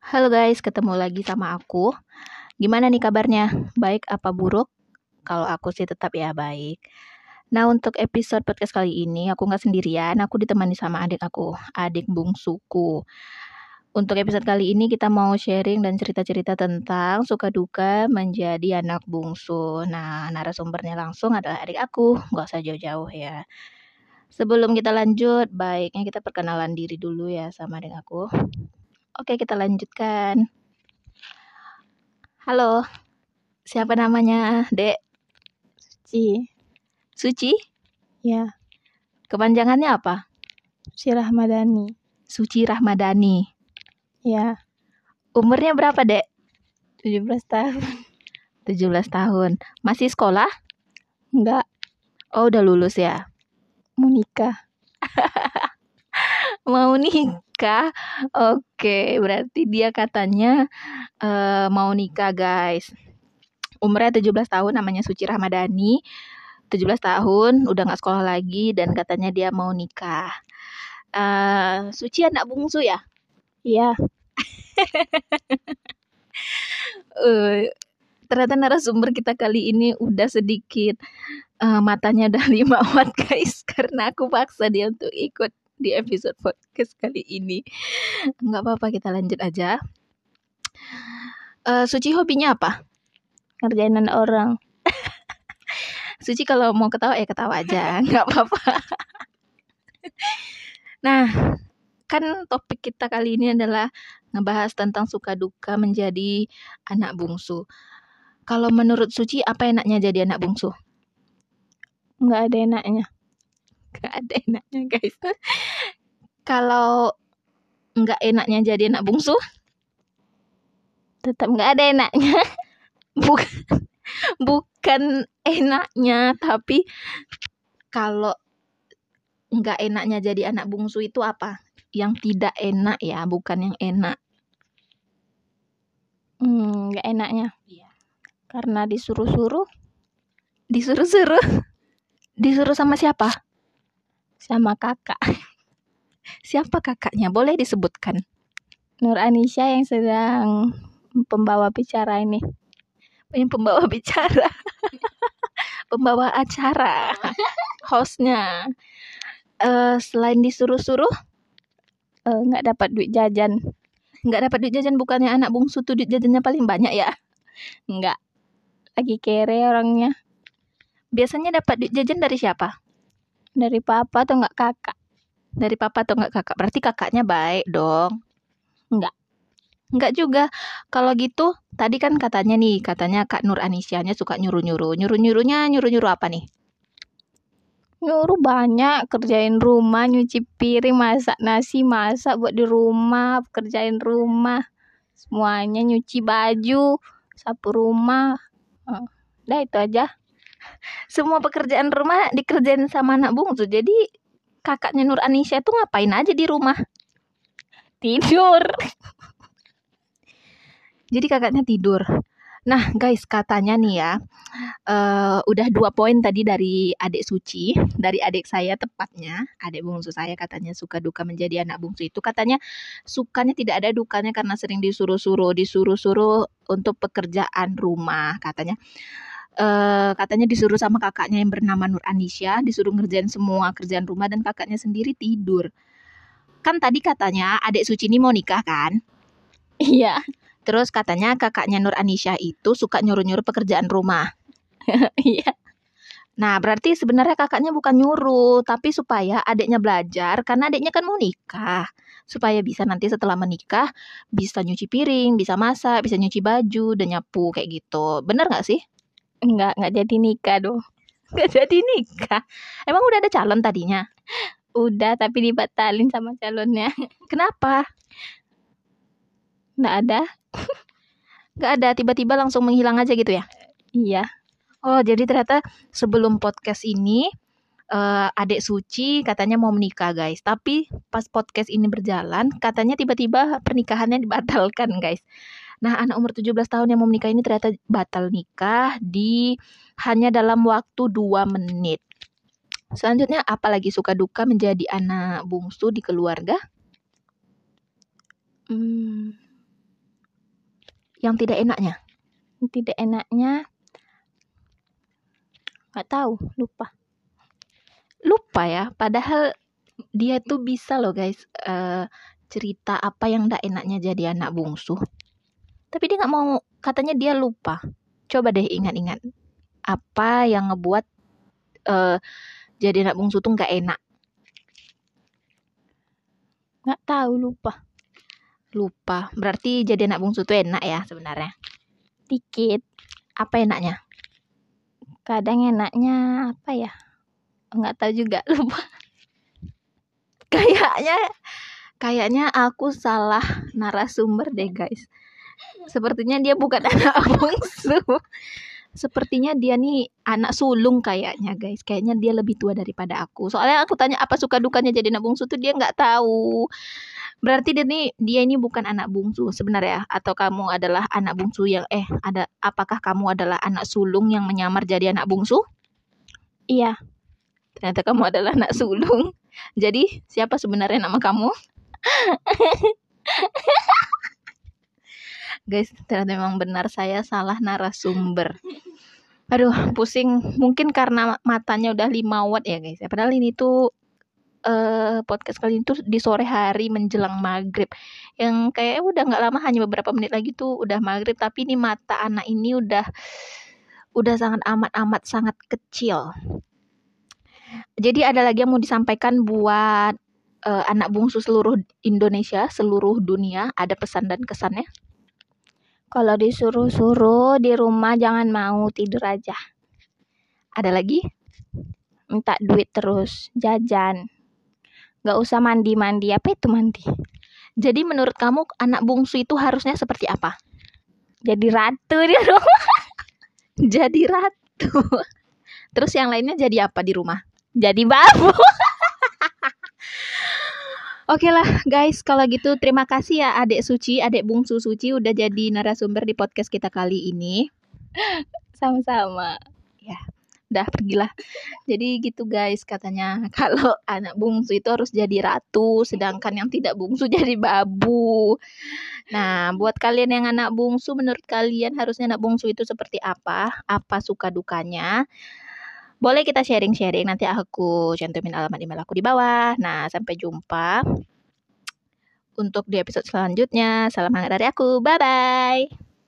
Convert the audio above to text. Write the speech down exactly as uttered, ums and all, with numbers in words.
Halo guys, ketemu lagi sama aku. Gimana nih kabarnya? Baik apa buruk? Kalau aku sih tetap ya baik. Nah, untuk episode podcast kali ini aku nggak sendirian, aku ditemani sama adik aku, adik bungsuku. Untuk episode kali ini kita mau sharing dan cerita-cerita tentang suka duka menjadi anak bungsu. Nah, narasumbernya langsung adalah adik aku, nggak usah jauh-jauh ya. Sebelum kita lanjut, baiknya kita perkenalan diri dulu ya sama adik aku. Oke, kita lanjutkan. Halo, siapa namanya, Dek? Suci. Suci? Ya, Kepanjangannya apa? Suci Rahmadani. Suci Rahmadani. Ya, Umurnya berapa, Dek? tujuh belas tahun. tujuh belas tahun. Masih sekolah? Enggak, Oh, udah lulus ya? mau nikah. Mau nikah? Oke, berarti dia katanya uh, mau nikah, guys. Umurnya tujuh belas tahun, namanya Suci Rahmadani. tujuh belas tahun, udah gak sekolah lagi, dan katanya dia mau nikah. Uh, Suci anak bungsu ya? Iya. uh, ternyata narasumber kita kali ini udah sedikit uh, matanya udah lima watt guys, karena aku paksa dia untuk ikut di episode podcast kali ini. Nggak apa-apa, kita lanjut aja. uh, Suci hobinya apa? Ngerjain orang. Suci kalau mau ketawa ya ketawa aja, nggak apa-apa. Nah, kan topik kita kali ini adalah ngebahas tentang suka duka menjadi anak bungsu. Kalau menurut Suci, apa enaknya jadi anak bungsu? Nggak ada enaknya. Nggak ada enaknya, guys. Kalau nggak enaknya jadi anak bungsu, tetap nggak ada enaknya. bukan, bukan enaknya, tapi kalau nggak enaknya jadi anak bungsu itu apa? Yang tidak enak ya, bukan yang enak. Hmm, nggak enaknya. Iya. Karena disuruh-suruh. Disuruh-suruh? Disuruh sama siapa? Sama kakak. Siapa kakaknya? Boleh disebutkan? Nur Anisha yang sedang pembawa bicara ini. Yang pembawa bicara. Pembawa acara. Hostnya. Uh, selain disuruh-suruh, uh, nggak dapat duit jajan. Nggak dapat duit jajan, bukannya anak bungsu tuh duit jajannya paling banyak ya? Nggak. Lagi kere orangnya. Biasanya dapat duit jajan dari siapa? Dari papa atau nggak kakak? Dari papa atau nggak kakak? Berarti kakaknya baik dong. Nggak. Nggak juga. Kalau gitu, tadi kan katanya nih, katanya Kak Nur Anisyanya suka nyuruh-nyuruh. Nyuruh-nyuruhnya nyuruh-nyuruh apa nih? Nyuruh banyak, kerjain rumah, nyuci piring, masak nasi, masak buat di rumah, kerjain rumah. Semuanya, nyuci baju, sapu rumah. Uh, udah itu aja. Semua pekerjaan rumah dikerjain sama anak bungsu. Jadi kakaknya Nur Anisya tuh ngapain aja di rumah? Tidur. Jadi kakaknya tidur. Nah guys, katanya nih ya, uh, udah dua poin tadi dari adik Suci, dari adik saya tepatnya, adik bungsu saya katanya suka duka menjadi anak bungsu itu. Katanya sukanya tidak ada dukanya karena sering disuruh-suruh, disuruh-suruh untuk pekerjaan rumah katanya. Uh, katanya disuruh sama kakaknya yang bernama Nur Anisya, disuruh ngerjain semua kerjaan rumah dan kakaknya sendiri tidur. Kan tadi katanya adik Suci ini mau nikah kan? Iya. Terus katanya kakaknya Nur Anisya itu suka nyuruh-nyuruh pekerjaan rumah. Iya. Nah, berarti sebenarnya kakaknya bukan nyuruh, tapi supaya adiknya belajar, karena adiknya kan mau nikah. Supaya bisa nanti setelah menikah, bisa nyuci piring, bisa masak, bisa nyuci baju, dan nyapu kayak gitu. Bener gak sih? Enggak, enggak jadi nikah dong. Enggak jadi nikah? Emang udah ada calon tadinya? Udah, tapi dibatalin sama calonnya. Kenapa? Enggak ada. Enggak ada, tiba-tiba langsung menghilang aja gitu ya? Iya. Oh, jadi ternyata sebelum podcast ini uh, adik Suci katanya mau menikah guys. Tapi pas podcast ini berjalan katanya tiba-tiba pernikahannya dibatalkan guys. Nah, anak umur tujuh belas tahun yang mau menikah ini ternyata batal nikah di hanya dalam waktu dua menit. Selanjutnya, apalagi suka duka menjadi anak bungsu di keluarga? Hmm. Yang tidak enaknya? Tidak enaknya nggak tahu, lupa. Lupa ya, padahal dia tuh bisa loh guys uh, cerita apa yang tidak enaknya jadi anak bungsu. Tapi dia nggak mau, katanya dia lupa. Coba deh ingat-ingat apa yang ngebuat uh, jadi anak bungsu tuh nggak enak. Nggak tahu, lupa. Lupa. Berarti jadi anak bungsu tuh enak ya sebenarnya? Dikit. Apa enaknya? Kadang enaknya apa ya? Nggak tahu juga, lupa. Kayaknya kayaknya aku salah narasumber deh guys. Sepertinya dia bukan anak bungsu. Sepertinya dia nih anak sulung kayaknya guys. Kayaknya dia lebih tua daripada aku. Soalnya aku tanya apa suka dukanya jadi anak bungsu tuh dia nggak tahu. Berarti dia nih dia ini bukan anak bungsu sebenarnya, atau kamu adalah anak bungsu yang eh ada apakah kamu adalah anak sulung yang menyamar jadi anak bungsu? Iya. Ternyata kamu adalah anak sulung. Jadi siapa sebenarnya nama kamu? Guys, ternyata memang benar saya salah narasumber. Aduh, pusing. Mungkin karena matanya udah lima watt ya guys. Padahal ini tuh uh, podcast kali ini tuh di sore hari menjelang maghrib. Yang kayak udah nggak lama, hanya beberapa menit lagi tuh udah maghrib. Tapi ini mata anak ini udah udah sangat amat-amat sangat kecil. Jadi ada lagi yang mau disampaikan buat uh, anak bungsu seluruh Indonesia, seluruh dunia. Ada pesan dan kesannya? Kalau disuruh-suruh di rumah jangan mau, tidur aja. Ada lagi? Minta duit terus, jajan. Gak usah mandi-mandi. Apa itu mandi? Jadi menurut kamu anak bungsu itu harusnya seperti apa? Jadi ratu di rumah. Jadi ratu. Terus yang lainnya jadi apa di rumah? Jadi babu. Oke okay lah guys, kalau gitu terima kasih ya Adek Suci, Adek Bungsu Suci udah jadi narasumber di podcast kita kali ini. Sama-sama. Ya, udah pergilah. Jadi gitu guys, katanya kalau anak bungsu itu harus jadi ratu, sedangkan yang tidak bungsu jadi babu. Nah, buat kalian yang anak bungsu, menurut kalian harusnya anak bungsu itu seperti apa? Apa suka dukanya? Boleh kita sharing-sharing, nanti aku cantumin alamat email aku di bawah. Nah, sampai jumpa untuk di episode selanjutnya. Salam hangat dari aku, bye-bye.